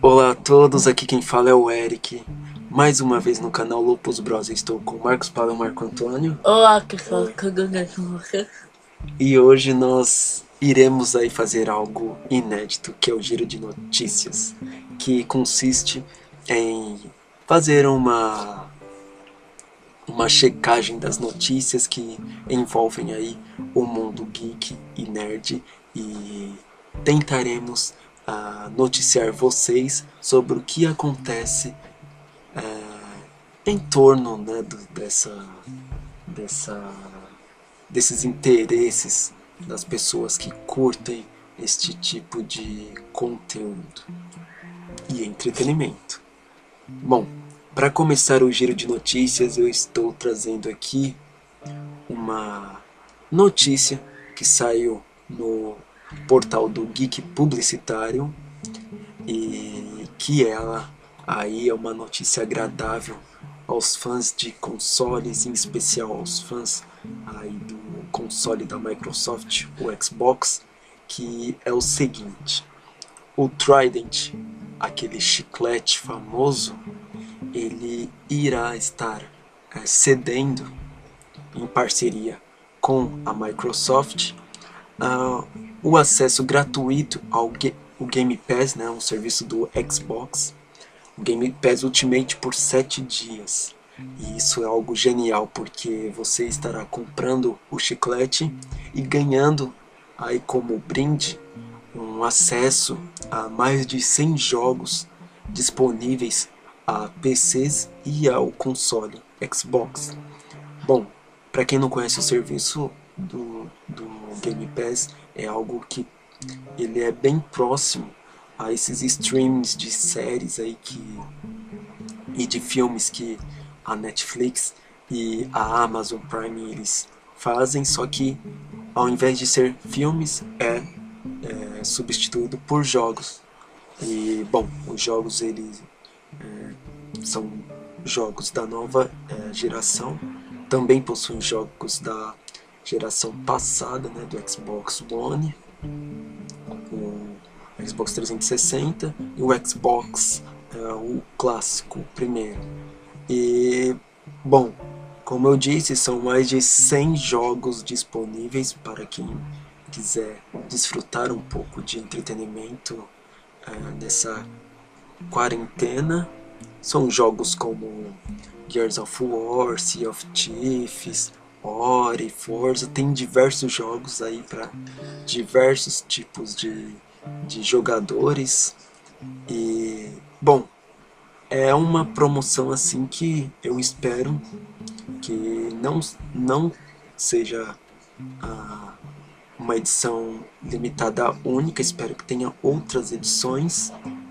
Olá a todos, aqui quem fala é o Eric. Mais uma vez no canal Lupus Bros. Estou com o Marcos Paulo e o Marco Antônio. Olá pessoal, tudo bem com vocês? E hoje nós iremos aí fazer algo inédito, que é o giro de notícias, que consiste em fazer uma checagem das notícias que envolvem aí o mundo geek e nerd e tentaremos noticiar vocês sobre o que acontece em torno, né, dessa, desses interesses das pessoas que curtem este tipo de conteúdo e entretenimento. Bom, para começar o giro de notícias, eu estou trazendo aqui uma notícia que saiu no portal do Geek Publicitário e que ela aí é uma notícia agradável aos fãs de consoles, em especial aos fãs aí do console da Microsoft, o Xbox, que é o seguinte: o Trident, aquele chiclete famoso, ele irá estar cedendo em parceria com a Microsoft o acesso gratuito ao o Game Pass, né, um serviço do Xbox, o Game Pass Ultimate por 7 dias. E isso é algo genial, porque você estará comprando o chiclete e ganhando aí como brinde um acesso a mais de 100 jogos disponíveis a PCs e ao console Xbox. Bom, para quem não conhece o serviço do Game Pass, é algo que ele é bem próximo a esses streams de séries aí e de filmes que a Netflix e a Amazon Prime eles fazem, só que ao invés de ser filmes é substituído por jogos. E bom, os jogos eles são jogos da nova geração, também possuem jogos da geração passada, né, do Xbox One, o Xbox 360 e o Xbox o clássico, o primeiro. E bom, como eu disse, são mais de 100 jogos disponíveis para quem quiser desfrutar um pouco de entretenimento nessa quarentena. São jogos como Gears of War, Sea of Thieves, Ori, Forza, tem diversos jogos aí para diversos tipos de jogadores. E bom, é uma promoção assim que eu espero que não seja uma edição limitada única, espero que tenha outras edições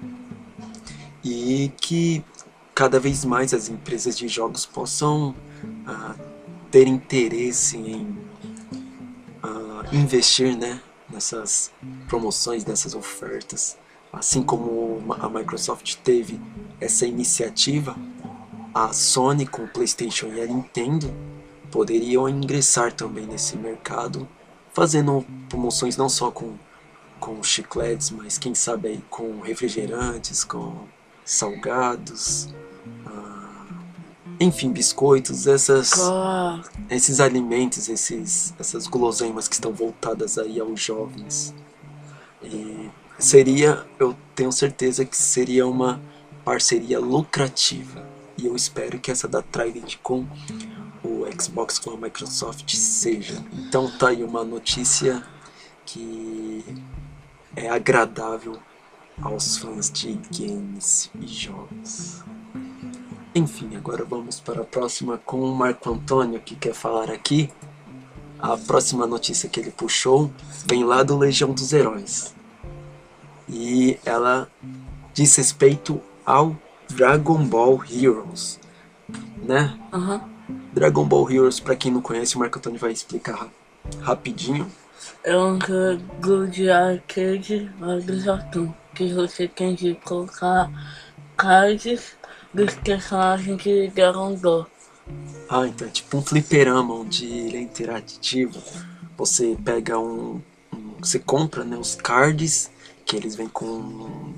e que cada vez mais as empresas de jogos possam ter interesse em investir, né, nessas promoções, nessas ofertas. Assim como a Microsoft teve essa iniciativa, a Sony com o PlayStation e a Nintendo poderiam ingressar também nesse mercado, fazendo promoções não só com chicletes, mas quem sabe aí com refrigerantes, com salgados, enfim, biscoitos, Claro. esses alimentos, essas guloseimas que estão voltadas aí aos jovens. E eu tenho certeza que seria uma parceria lucrativa. E eu espero que essa da Trident com o Xbox com a Microsoft seja. Então tá aí uma notícia que é agradável aos fãs de games e jogos. Enfim, agora vamos para a próxima com o Marco Antônio, que quer falar aqui. A próxima notícia que ele puxou vem lá do Legião dos Heróis. E ela diz respeito ao Dragon Ball Heroes, né? Dragon Ball Heroes, para quem não conhece, o Marco Antônio vai explicar rapidinho. É um jogo de arcade do Japão, que você tem de colocar cards dos personagens de Dragon Ball. Então é tipo um fliperama onde ele é interativo. Você pega você compra, né, os cards que eles vêm com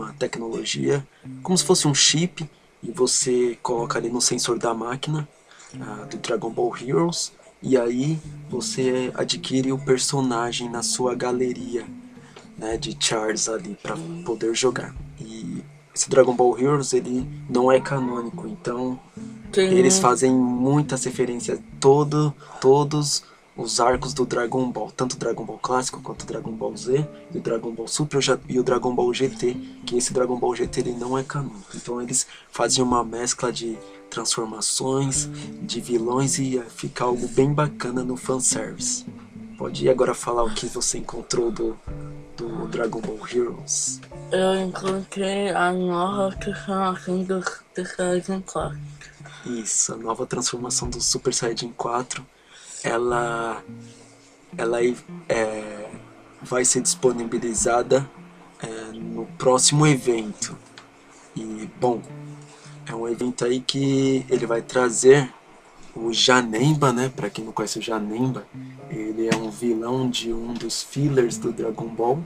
uma tecnologia, como se fosse um chip, e você coloca ali no sensor da máquina do Dragon Ball Heroes, e aí você adquire o personagem na sua galeria, né, de chars ali para poder jogar. E esse Dragon Ball Heroes ele não é canônico, então eles Tem. fazem muitas referências, todos os arcos do Dragon Ball, tanto o Dragon Ball clássico quanto o Dragon Ball Z, e o Dragon Ball Super e o Dragon Ball GT, que esse Dragon Ball GT ele não é canônico. Então eles fazem uma mescla de transformações, de vilões e fica algo bem bacana no fanservice. Pode ir agora falar o que você encontrou do Dragon Ball Heroes. Eu encontrei a nova transformação do Super Saiyajin 4. Isso, a nova transformação do Super Saiyajin 4, ela vai ser disponibilizada no próximo evento. E, bom, é um evento aí que ele vai trazer o Janemba, né? Pra quem não conhece o Janemba, ele é um vilão de um dos fillers do Dragon Ball.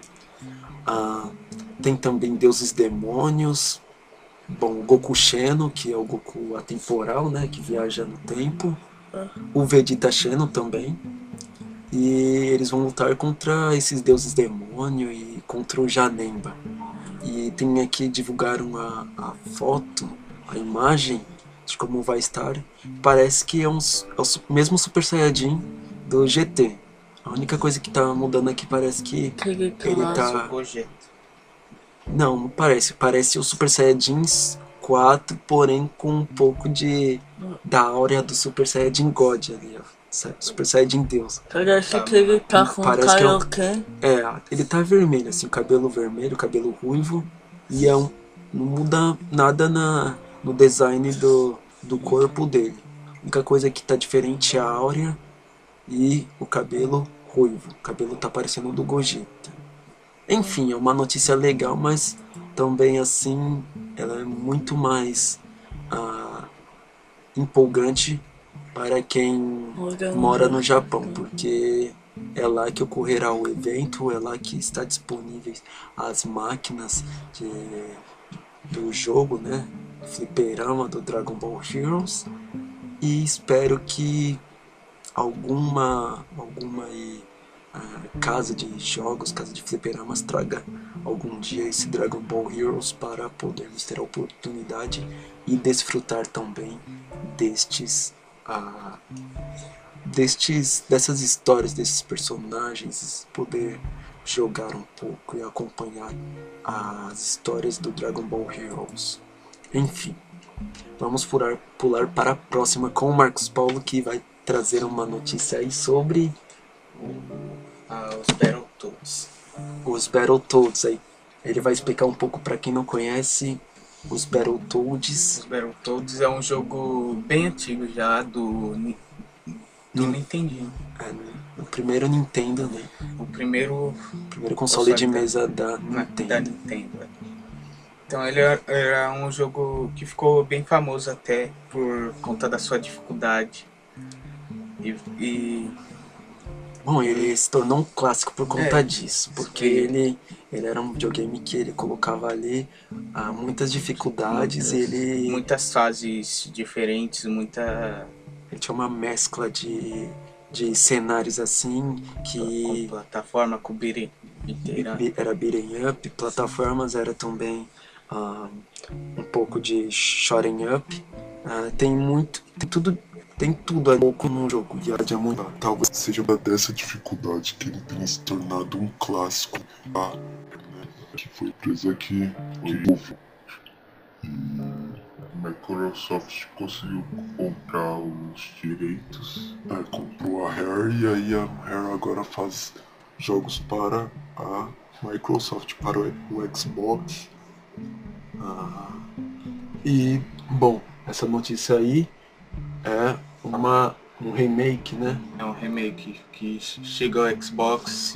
Tem também deuses demônios. Bom, o Goku Sheno, que é o Goku atemporal, né? Que viaja no tempo. O Vegeta Sheno também. E eles vão lutar contra esses deuses demônio e contra o Janemba. E tem aqui, divulgaram a foto, a imagem de como vai estar. Parece que é o mesmo Super Saiyajin do GT. A única coisa que tá mudando aqui parece que Ele tá... Gogeta. Não parece. Parece o Super Saiyajin 4, porém com um pouco da áurea do Super Saiyajin God ali, ó. Super Saiyajin Deus. Parece que ele tá com Parece que é um- Kaioken. ele tá vermelho, assim, o cabelo vermelho, cabelo ruivo. E não muda nada no design do corpo dele. A única coisa que tá diferente é a áurea e o cabelo ruivo. O cabelo tá parecendo o do Gogeta. Enfim, é uma notícia legal, mas também assim ela é muito mais empolgante para quem mora no Japão, porque é lá que ocorrerá o evento, é lá que está disponíveis as máquinas do jogo, né? Fliperama do Dragon Ball Heroes. E espero que alguma aí, casa de jogos, casa de fliperamas traga algum dia esse Dragon Ball Heroes para podermos ter a oportunidade e desfrutar também dessas histórias, desses personagens, poder jogar um pouco e acompanhar as histórias do Dragon Ball Heroes. Enfim, vamos pular para a próxima com o Marcos Paulo, que vai trazer uma notícia aí sobre Os Battletoads. os Battletoads aí. Ele vai explicar um pouco para quem não conhece os Battletoads. Os Battletoads é um jogo bem antigo já do Nintendinho. O primeiro Nintendo, né? O primeiro Console de mesa da da Nintendo. Nintendo. Então ele era um jogo que ficou bem famoso até por conta da sua dificuldade. Bom, ele se tornou um clássico por conta disso, porque ele- ele era um videogame que ele colocava ali muitas dificuldades, ele muitas fases diferentes, ele tinha uma mescla de cenários assim, com que plataforma, com beat'em inteira. era beat'em up, plataformas era também um pouco de shoot'em up, tem tudo um pouco no jogo. E é muito, talvez seja dessa dificuldade que ele tenha se tornado um clássico, né? Que foi a empresa que houve. E a Microsoft conseguiu comprar os direitos, comprou a Rare, e aí a Rare agora faz jogos para a Microsoft, para o Xbox. E, bom, essa notícia aí é um remake, né? É um remake que chega ao Xbox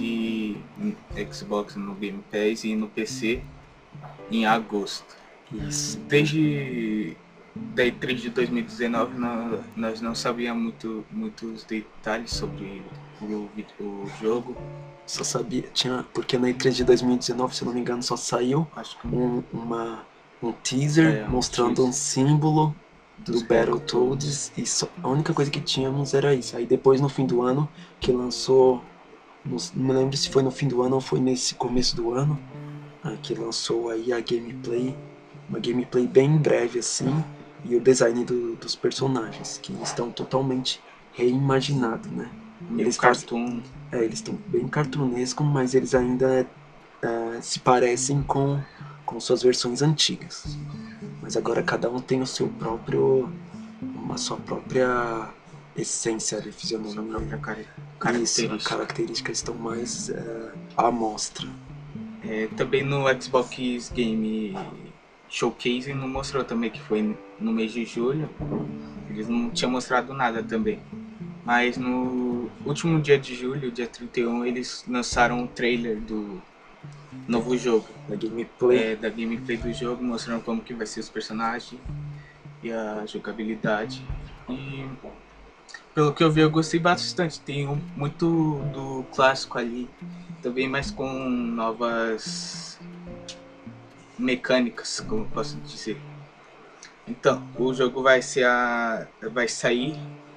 no Game Pass e no PC em agosto. Isso. Desde da E3 de 2019, nós não sabíamos muitos detalhes sobre o jogo. Só sabia, porque na E3 de 2019, se eu não me engano, só saiu Acho que um teaser mostrando um símbolo do Battletoads, e a única coisa que tínhamos era isso. Aí depois, no fim do ano, que lançou, não me lembro se foi no fim do ano ou foi nesse começo do ano, que lançou aí a gameplay, uma gameplay bem breve assim, e o design dos personagens, que estão totalmente reimaginados, né? Eles cartoon. Eles estão bem cartunescos, mas eles ainda se parecem com suas versões antigas. Mas agora cada um tem o seu próprio, uma sua própria essência de fisionomia. Isso, as características estão mais à mostra. Também no Xbox Game Showcase não mostrou também, que foi no mês de julho. Eles não tinham mostrado nada também. Mas no último dia de julho, dia 31, eles lançaram o trailer do novo jogo. Da gameplay. Da gameplay do jogo, mostrando como que vai ser os personagens e a jogabilidade. E pelo que eu vi, eu gostei bastante. Tem muito do clássico ali, também, mas com novas mecânicas, como posso dizer. Então, o jogo vai sair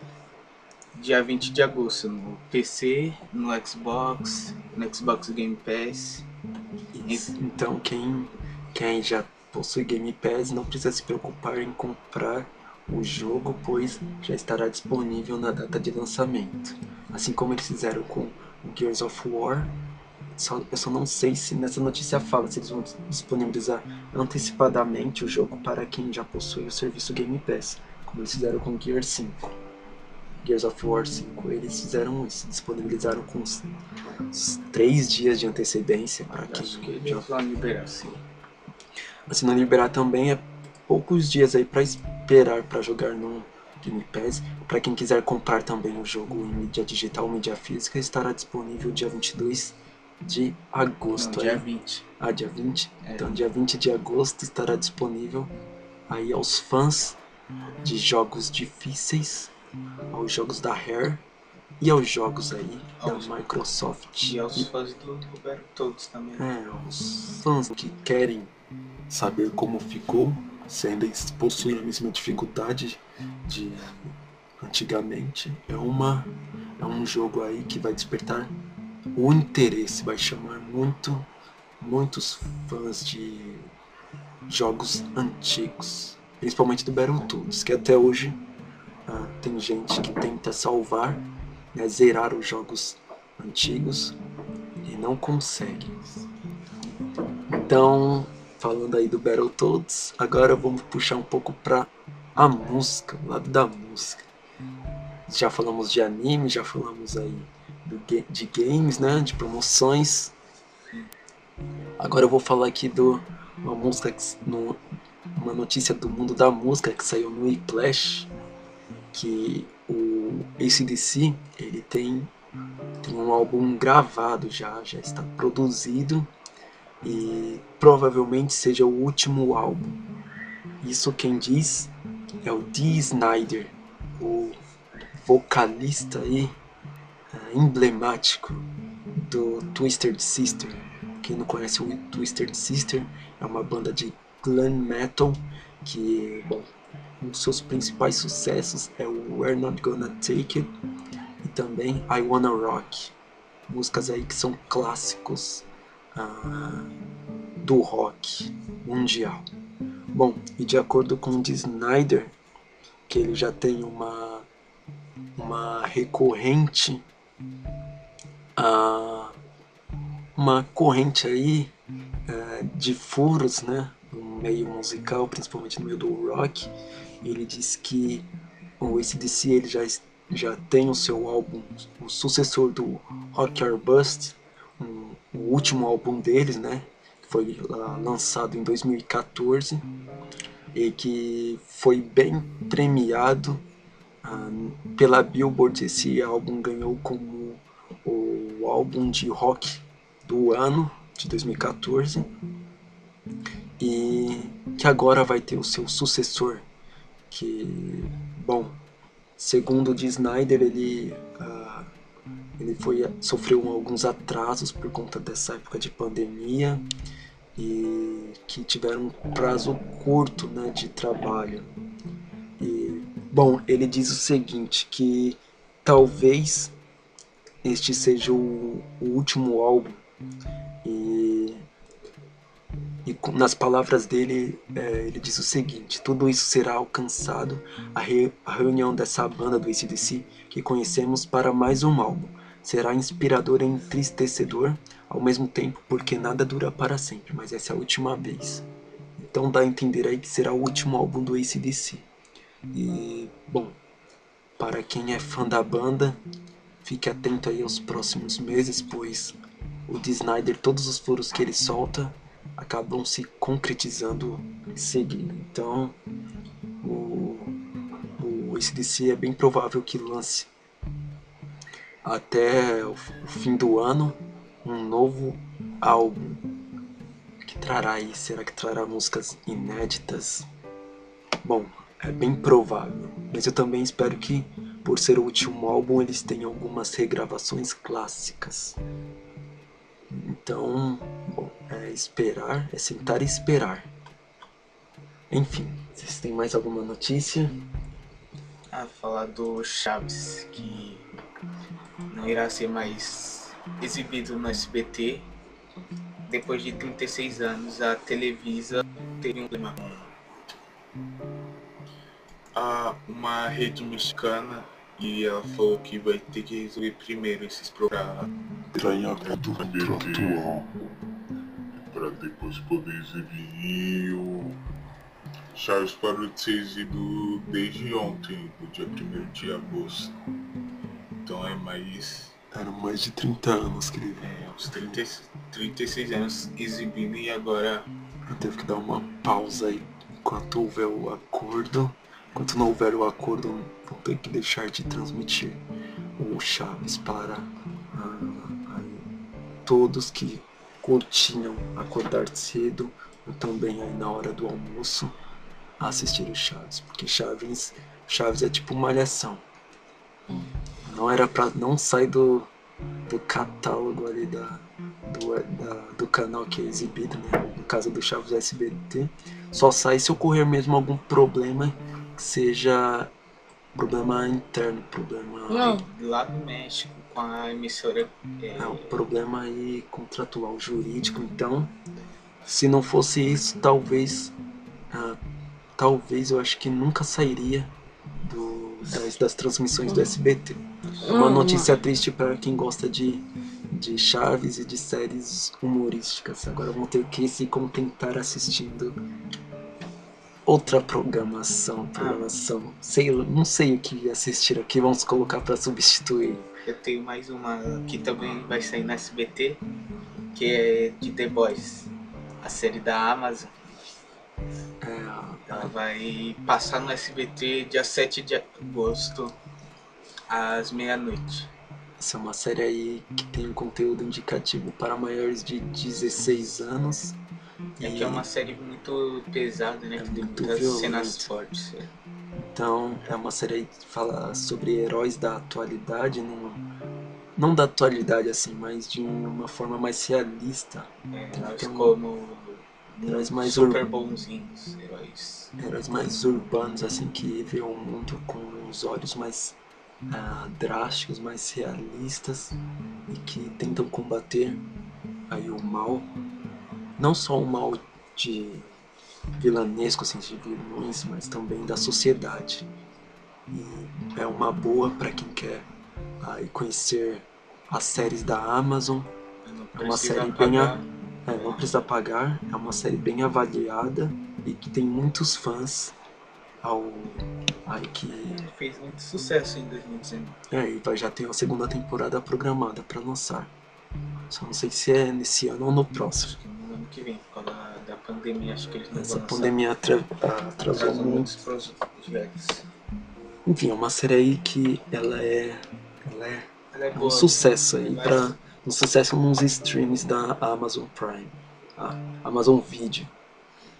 dia 20 de agosto no PC, no Xbox Game Pass. Isso. Então quem já possui Game Pass não precisa se preocupar em comprar o jogo, pois já estará disponível na data de lançamento. Assim como eles fizeram com o Gears of War. Eu só não sei se nessa notícia fala se eles vão disponibilizar antecipadamente o jogo para quem já possui o serviço Game Pass, como eles fizeram com Gears 5. Gears of War 5, eles fizeram isso, disponibilizaram com uns 3 dias de antecedência para quem já vão liberar, sim. Se não liberar também, poucos dias aí para esperar para jogar no Game Pass. Para quem quiser comprar também o jogo em mídia digital, mídia física, estará disponível dia 22 de agosto. Não, dia 20. Dia 20? Então dia 20 de agosto estará disponível aí aos fãs de jogos difíceis, aos jogos da Rare e aos jogos aí da Microsoft. E aos fãs do Battletoads também. Os fãs que querem saber como ficou, se ainda possuem a mesma dificuldade de antigamente. É um jogo aí que vai despertar o interesse, vai chamar muitos fãs de jogos antigos, principalmente do Battletoads, que até hoje tem gente que tenta salvar, né, zerar os jogos antigos e não consegue. Então, falando aí do Battletoads, agora vamos puxar um pouco para a música, o lado da música. Já falamos de anime, já falamos aí de games, né, de promoções. Agora eu vou falar aqui uma música, uma notícia do mundo da música que saiu no Whiplash, que o AC/DC, ele tem um álbum gravado já está produzido e provavelmente seja o último álbum. Isso quem diz é o Dee Snider, o vocalista aí emblemático do Twisted Sister. Quem não conhece o Twisted Sister, é uma banda de glam metal que, bom, um dos seus principais sucessos é o We're Not Gonna Take It e também I Wanna Rock, músicas aí que são clássicos do rock mundial. Bom, e de acordo com o Dee Snider, que ele já tem uma recorrente, uma corrente aí de furos, né, no meio musical, principalmente no meio do rock. Ele diz que o AC/DC ele já tem o seu álbum, o sucessor do Rock or Bust, o último álbum deles, né, que foi lançado em 2014 e que foi bem premiado pela Billboard. Esse álbum ganhou como o álbum de rock do ano de 2014 e que agora vai ter o seu sucessor, que, bom, segundo o Dee Snider, ele sofreu alguns atrasos por conta dessa época de pandemia e que tiveram um prazo curto, né, de trabalho. E, bom, ele diz o seguinte, que talvez este seja o último álbum e nas palavras dele, ele diz o seguinte: tudo isso será alcançado, a reunião dessa banda do AC/DC que conhecemos para mais um álbum. Será inspirador e entristecedor ao mesmo tempo, porque nada dura para sempre, mas essa é a última vez. Então dá a entender aí que será o último álbum do AC/DC. E, bom, para quem é fã da banda, fique atento aí aos próximos meses, pois o Dee Snider, todos os furos que ele solta acabam se concretizando em seguida. Então, o AC/DC é bem provável que lance até o fim do ano um novo álbum que trará aí, será que trará músicas inéditas? Bom, é bem provável, mas eu também espero que, por ser o último álbum, eles tenham algumas regravações clássicas. Então, bom, é esperar, é sentar e esperar. Enfim, vocês têm mais alguma notícia? Falar do Chaves, que não irá ser mais exibido no SBT. Depois de 36 anos, a Televisa teve um problema com uma rede mexicana e ela falou que vai ter que resolver primeiro esses programas. Entrar em acordo contratual para depois poder exibir o Chaves parou de ser exibido desde ontem, no dia 1º de agosto. Então é mais... Eram mais de 30 anos que ele uns 36 anos exibindo e agora... teve que dar uma pausa aí enquanto houver o acordo. Enquanto não houver o acordo, vão ter que deixar de transmitir o Chaves para todos que curtiam acordar cedo ou também aí na hora do almoço assistir o Chaves, porque Chaves é tipo Malhação. Não sai do catálogo ali do canal que é exibido, né? No caso do Chaves SBT, só sai se ocorrer mesmo algum problema que seja problema interno, problema lá do México com a emissora. Um problema aí contratual, jurídico. Então, se não fosse isso, talvez eu acho que nunca sairia das transmissões do SBT. Uma notícia triste para quem gosta de Chaves e de séries humorísticas. Agora vão ter que se contentar assistindo outra programação. Não sei o que assistir aqui, vamos colocar para substituir. Eu tenho mais uma que também vai sair na SBT, que é de The Boys, a série da Amazon. Ela vai passar no SBT dia 7 de agosto, às meia-noite. Essa é uma série aí que tem um conteúdo indicativo para maiores de 16 anos. Que é uma série muito pesada, né? Que tem muitas cenas fortes. Então, é uma série aí que fala sobre heróis da atualidade, não da atualidade assim, mas de uma forma mais realista. Heróis como heróis mais super bonzinhos, heróis mais urbanos, assim, que vê o mundo com os olhos mais drásticos, mais realistas e que tentam combater aí o mal, não só o mal de vilanesco, assim, de vilões, mas também da sociedade. E é uma boa para quem quer conhecer as séries da Amazon. É uma série não precisa pagar, é uma série bem avaliada e que tem muitos fãs que fez muito sucesso em 2019. E já tem a segunda temporada programada para lançar. Só não sei se é nesse ano ou no próximo. No ano que vem, por causa da pandemia, acho que eles não Essa vão lançar. pandemia atrasou muitos projetos. Enfim, é uma série aí que ela é um sucesso aí, um sucesso nos streams da Amazon Prime, Amazon Video.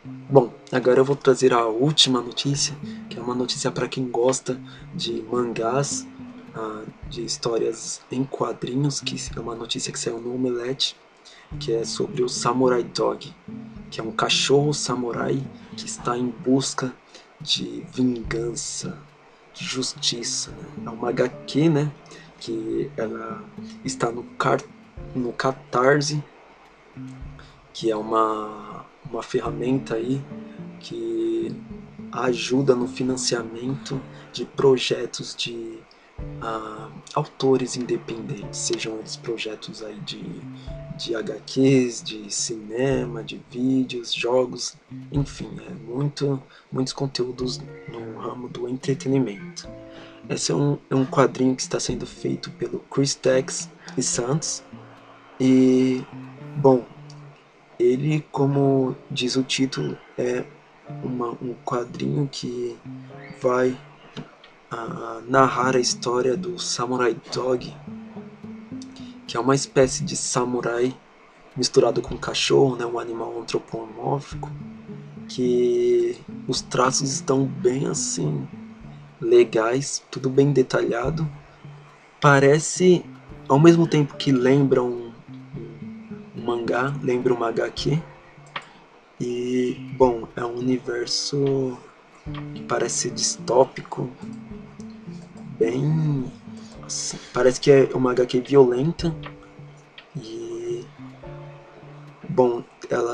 Bom, agora eu vou trazer a última notícia, que é uma notícia para quem gosta de mangás, de histórias em quadrinhos, que é uma notícia que saiu no Omelete, que é sobre o Samurai Dog, que é um cachorro samurai que está em busca de vingança, de justiça. Né? É uma HQ, né? Que ela está no Catarse, que é uma ferramenta aí que ajuda no financiamento de projetos de autores independentes, sejam eles projetos aí de HQs, de cinema, de vídeos, jogos, enfim, muitos conteúdos no ramo do entretenimento. Esse é um quadrinho que está sendo feito pelo Chris Tex e Santos, e, bom, ele, como diz o título, é um quadrinho que vai narrar a história do Samurai Dog, que é uma espécie de samurai misturado com cachorro, né, um animal antropomórfico, que os traços estão bem assim, legais, tudo bem detalhado. Parece, ao mesmo tempo que lembra um mangá, lembra uma HQ. E, bom, é um universo que parece distópico, bem assim, parece que é uma HQ violenta. E, bom,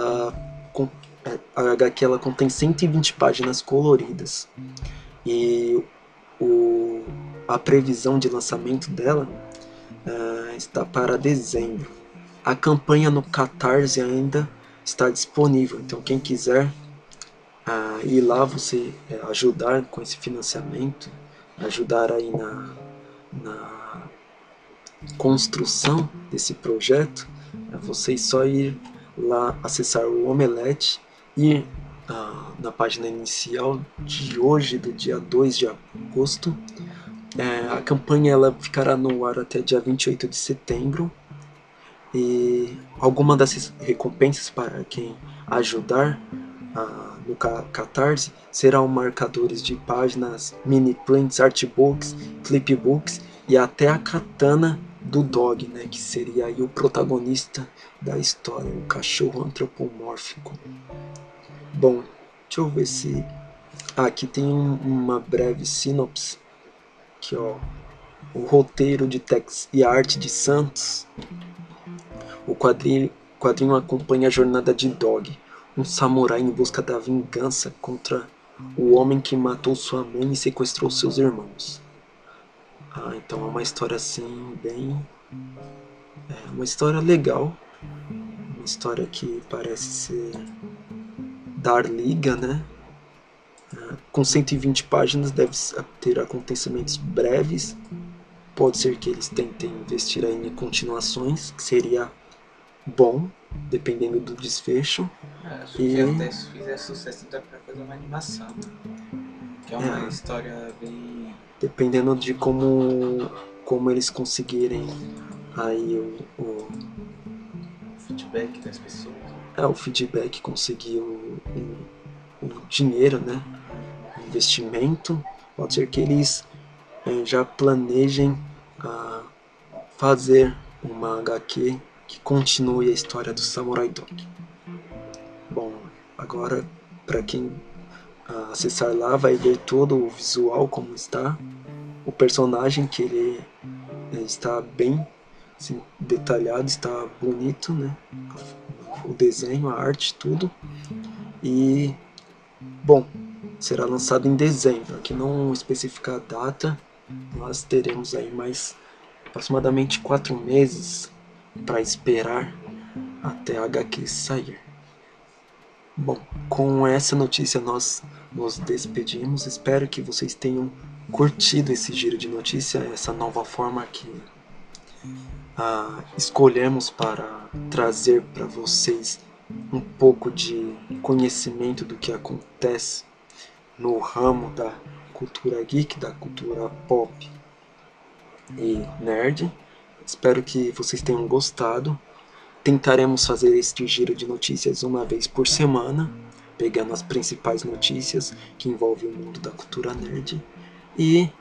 a HQ ela contém 120 páginas coloridas, e a previsão de lançamento dela está para dezembro. A campanha no Catarse ainda está disponível, então quem quiser ir lá, você ajudar com esse financiamento, ajudar aí na construção desse projeto, é vocês só ir lá acessar o Omelete, ir na página inicial de hoje, do dia 2 de agosto. A campanha ela ficará no ar até dia 28 de setembro, e alguma das recompensas para quem ajudar no Catarse serão marcadores de páginas, mini prints, artbooks, flipbooks e até a katana do Dog, né, que seria aí o protagonista da história, o cachorro antropomórfico. Bom, deixa eu ver se aqui tem uma breve sinopse, que ó, o roteiro de Tex e a arte de Santos. O quadrinho acompanha a jornada de Dog, um samurai em busca da vingança contra o homem que matou sua mãe e sequestrou seus irmãos. Então é uma história assim, uma história legal, uma história que parece ser dar liga, né? Com 120 páginas deve ter acontecimentos breves, pode ser que eles tentem investir aí em continuações, que seria bom, dependendo do desfecho. Acho que até se fizer sucesso dá pra fazer uma animação, que é uma história bem... Dependendo de como eles conseguirem aí o feedback das pessoas. O feedback, conseguir o dinheiro, né? O investimento. Pode ser que eles já planejem fazer uma HQ que continue a história do Samurai Dog. Bom, agora para quem acessar lá vai ver todo o visual, como está o personagem, que ele está bem assim, detalhado, está bonito, né? O desenho, a arte, tudo. E bom, será lançado em dezembro. Aqui não especifica a data, nós teremos aí mais aproximadamente 4 meses para esperar até a HQ sair. Bom, com essa notícia nós nos despedimos. Espero que vocês tenham curtido esse giro de notícia, essa nova forma que escolhemos para trazer para vocês um pouco de conhecimento do que acontece no ramo da cultura geek, da cultura pop e nerd. Espero que vocês tenham gostado. Tentaremos fazer este giro de notícias uma vez por semana, pegando as principais notícias que envolvem o mundo da cultura nerd. E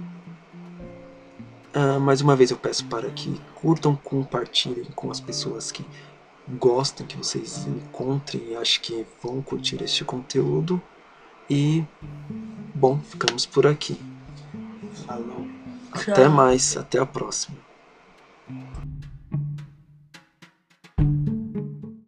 mais uma vez eu peço para que curtam, compartilhem com as pessoas que gostam, que vocês encontrem e achem que vão curtir este conteúdo. E, bom, ficamos por aqui. Falou. Até mais, até a próxima.